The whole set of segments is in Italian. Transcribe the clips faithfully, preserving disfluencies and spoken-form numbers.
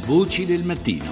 Voci del mattino.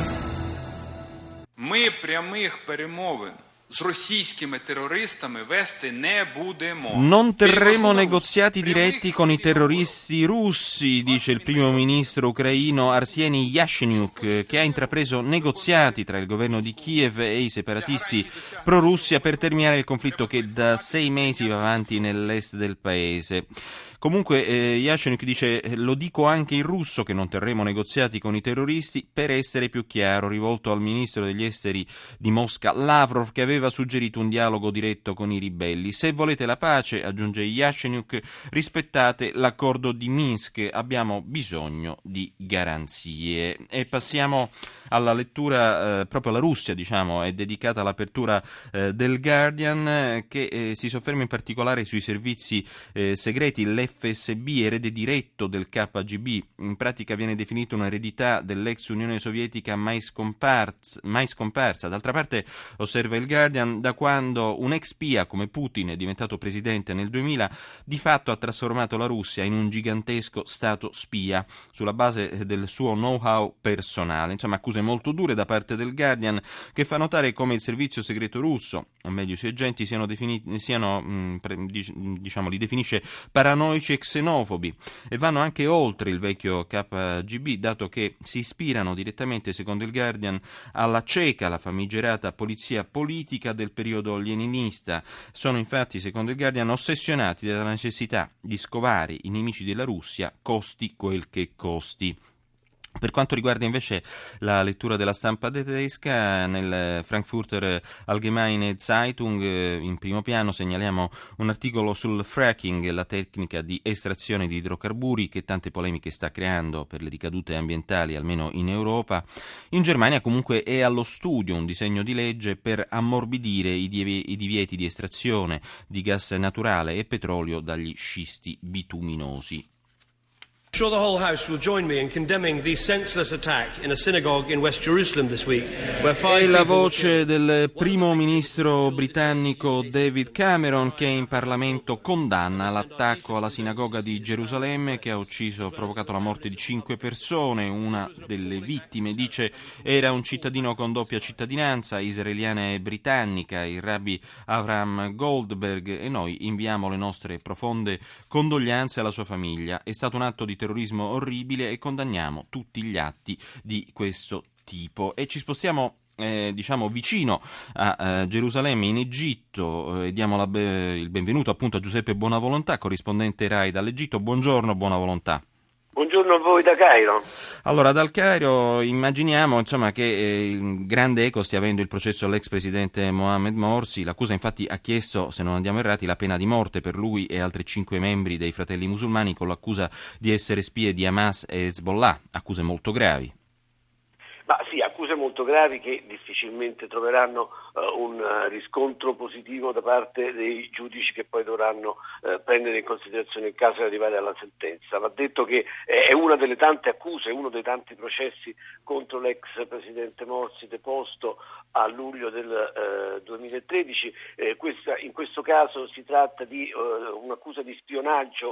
Ми прямих перемовин з російськими терористами вести не будемо. Non terremo negoziati diretti con i terroristi russi, dice il primo ministro ucraino Arseniy Yatsenyuk, che ha intrapreso negoziati tra il governo di Kiev e i separatisti pro-Russia per terminare il conflitto che da sei mesi va avanti nell'est del paese. Comunque eh, Yatsenyuk dice: lo dico anche in russo che non terremo negoziati con i terroristi, per essere più chiaro, rivolto al ministro degli esteri di Mosca Lavrov, che aveva suggerito un dialogo diretto con i ribelli. Se volete la pace, aggiunge Yatsenyuk, rispettate l'accordo di Minsk, abbiamo bisogno di garanzie. E passiamo alla lettura, eh, proprio alla Russia, diciamo, è dedicata all'apertura eh, del Guardian, eh, che eh, si sofferma in particolare sui servizi eh, segreti. L'F S B, erede diretto del K G B, in pratica viene definito un'eredità dell'ex Unione Sovietica mai scomparsa, mai scomparsa. D'altra parte, osserva il Guardian, da quando un ex spia come Putin è diventato presidente nel duemila, di fatto ha trasformato la Russia in un gigantesco stato spia sulla base del suo know-how personale. Insomma, accuse molto dure da parte del Guardian, che fa notare come il servizio segreto russo, o meglio i suoi agenti, siano, defini- siano mh, pre- diciamo, li definisce paranoici e xenofobi, e vanno anche oltre il vecchio K G B, dato che si ispirano direttamente, secondo il Guardian, alla ceca, la famigerata polizia politica del periodo leninista. Sono infatti, secondo il Guardian, ossessionati dalla necessità di scovare i nemici della Russia, costi quel che costi. Per quanto riguarda invece la lettura della stampa tedesca, nel Frankfurter Allgemeine Zeitung in primo piano segnaliamo un articolo sul fracking, la tecnica di estrazione di idrocarburi che tante polemiche sta creando per le ricadute ambientali, almeno in Europa. In Germania comunque è allo studio un disegno di legge per ammorbidire i div- i divieti di estrazione di gas naturale e petrolio dagli scisti bituminosi. I'm sure the whole House will join me in condemning the senseless attack in a synagogue in West Jerusalem this week, where five È la people... voce del primo ministro britannico David Cameron, che in Parlamento condanna l'attacco alla sinagoga di Gerusalemme che ha ucciso, provocato la morte di cinque persone. Una delle vittime, dice, era un cittadino con doppia cittadinanza, israeliana e britannica, il rabbi Avraham Goldberg, e noi inviamo le nostre profonde condoglianze alla sua famiglia. È stato un atto di terrorismo orribile e condanniamo tutti gli atti di questo tipo. E ci spostiamo eh, diciamo vicino a eh, Gerusalemme, in Egitto, e eh, diamo la be- il benvenuto appunto a Giuseppe Buonavolontà, corrispondente RAI dall'Egitto. Buongiorno Buonavolontà. Buongiorno a voi da Cairo. Allora, dal Cairo immaginiamo insomma che eh, il grande eco stia avendo il processo all'ex presidente Mohamed Morsi. L'accusa infatti ha chiesto, se non andiamo errati, la pena di morte per lui e altri cinque membri dei Fratelli Musulmani, con l'accusa di essere spie di Hamas e Hezbollah, accuse molto gravi. Ma sì, accuse molto gravi che difficilmente troveranno uh, un uh, riscontro positivo da parte dei giudici che poi dovranno uh, prendere in considerazione il caso e arrivare alla sentenza. Va detto che è una delle tante accuse, uno dei tanti processi contro l'ex presidente Morsi deposto a luglio del uh, duemilatredici. Eh, questa, in questo caso si tratta di uh, un'accusa di spionaggio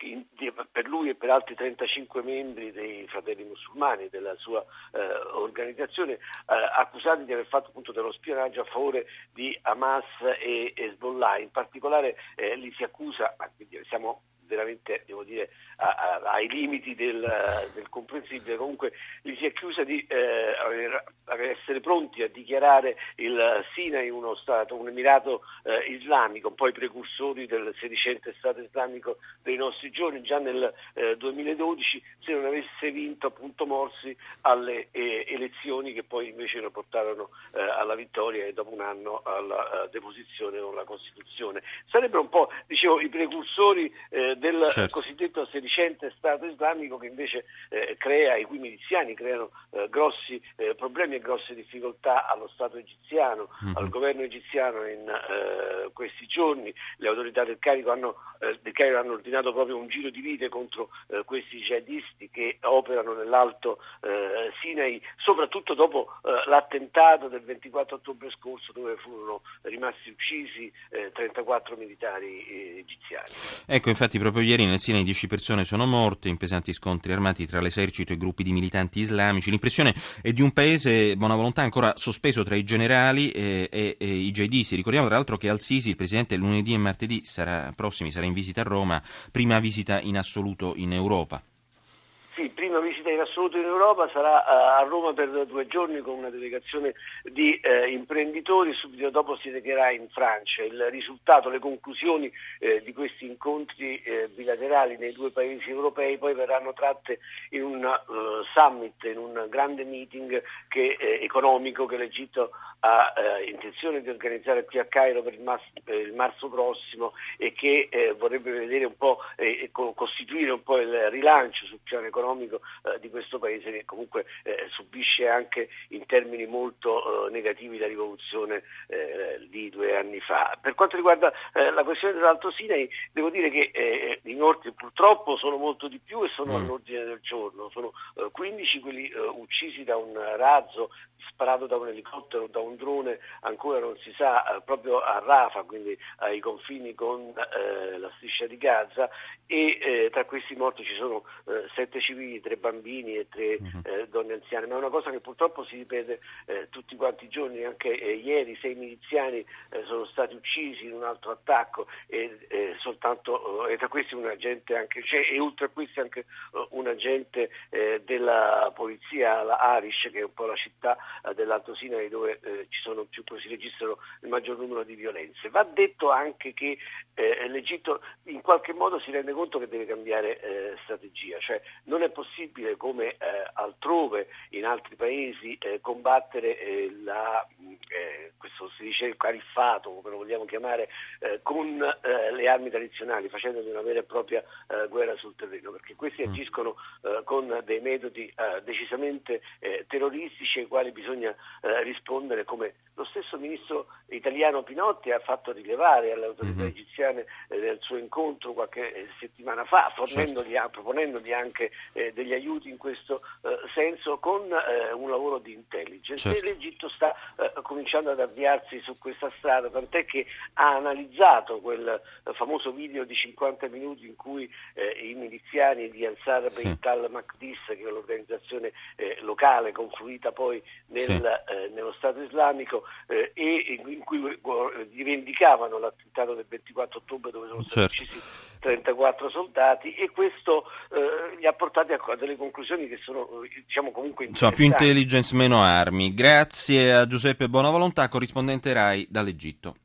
per lui e per altri trentacinque membri dei Fratelli Musulmani, della sua eh, organizzazione, eh, accusati di aver fatto appunto dello spionaggio a favore di Hamas e Hezbollah. In particolare eh, li si accusa, ma quindi siamo veramente, devo dire, a, a, ai limiti del, del comprensibile, comunque li si accusa di eh, aver, essere pronti a dichiarare il Sinai uno Stato, un Emirato eh, islamico, un po' i precursori del sedicente Stato islamico dei nostri giorni, già nel eh, duemiladodici, se non avesse vinto appunto Morsi alle eh, elezioni che poi invece lo portarono eh, alla vittoria e dopo un anno alla uh, deposizione con la Costituzione. Sarebbero un po', dicevo, i precursori eh, del certo. cosiddetto sedicente Stato islamico, che invece eh, crea, i cui miliziani creano eh, grossi eh, problemi e grosse difficoltà allo Stato egiziano, mm-hmm. al governo egiziano in eh, questi giorni. Le autorità del Cairo hanno, eh, del Cairo hanno ordinato proprio un giro di vite contro eh, questi jihadisti che operano nell'Alto eh, Sinai, soprattutto dopo eh, l'attentato del ventiquattro ottobre scorso, dove furono rimasti uccisi eh, trentaquattro militari eh, egiziani. Ecco, infatti proprio ieri nel Sinai dieci persone sono morte in pesanti scontri armati tra l'esercito e gruppi di militanti islamici. L'impressione è di un paese, buona volontà, ancora sospeso tra i generali e, e, e i jihadisti. Ricordiamo tra l'altro che al-Sisi, il presidente, lunedì e martedì sarà, prossimi sarà in visita a Roma, prima visita in assoluto in Europa. Sì, prima visita in assoluto in Europa, sarà uh, a Roma per due giorni con una delegazione di uh, imprenditori, subito dopo si recherà in Francia. Il risultato, le conclusioni uh, di questi incontri uh, bilaterali nei due paesi europei poi verranno tratte in un uh, summit, in un grande meeting che, uh, economico che l'Egitto ha uh, intenzione di organizzare qui a Cairo per il, mas- per il marzo prossimo e che uh, vorrebbe vedere un po' e uh, costituire un po' il rilancio sul piano economico economico eh, di questo paese che comunque eh, subisce anche in termini molto eh, negativi la rivoluzione eh, di due anni fa. Per quanto riguarda eh, la questione dell'Alto Sinai, devo dire che eh, i morti purtroppo sono molto di più e sono mm. all'ordine del giorno, sono eh, quindici quelli eh, uccisi da un razzo sparato da un elicottero, da un drone, ancora non si sa, eh, proprio a Rafah, quindi ai confini con eh, la striscia di Gaza, e eh, tra questi morti ci sono eh, sette civili, tre bambini e tre eh, donne anziane, ma è una cosa che purtroppo si ripete eh, tutti quanti i giorni. Anche eh, ieri sei miliziani eh, sono stati uccisi in un altro attacco e eh, soltanto eh, e tra questi un agente anche cioè, e oltre a questi anche eh, un agente eh, della polizia, la Arish, che è un po' la città eh, dell'Alto Sinai dove eh, ci sono più, si registrano il maggior numero di violenze. Va detto anche che eh, l'Egitto in qualche modo si rende conto che deve cambiare eh, strategia, cioè non è possibile come eh, altrove in altri paesi eh, combattere eh, la, eh, questo si dice il califfato, come lo vogliamo chiamare, eh, con eh, le armi tradizionali, facendo una vera e propria eh, guerra sul terreno, perché questi agiscono eh, con dei metodi eh, decisamente eh, terroristici ai quali bisogna eh, rispondere, come lo stesso ministro italiano Pinotti ha fatto rilevare alle autorità mm-hmm. egiziane eh, nel suo incontro qualche eh, settimana fa, fornendogli, certo. proponendogli anche eh, degli aiuti in questo eh, senso con eh, un lavoro di intelligence. Certo. E l'Egitto sta eh, cominciando ad avviarsi su questa strada, tant'è che ha analizzato quel eh, famoso video di cinquanta minuti in cui eh, i miliziani di Ansar sì. Beit al-Maqdis, che è l'organizzazione eh, locale confluita poi nel, sì. eh, nello Stato islamico, eh, e in cui eh, rivendicavano l'attentato del ventiquattro ottobre dove sono stati certo. uccisi trentaquattro soldati, e questo eh, li ha portati a, a delle conclusioni che sono diciamo comunque insomma più intelligence, meno armi. Grazie a Giuseppe Bonavolontà, corrispondente RAI dall'Egitto.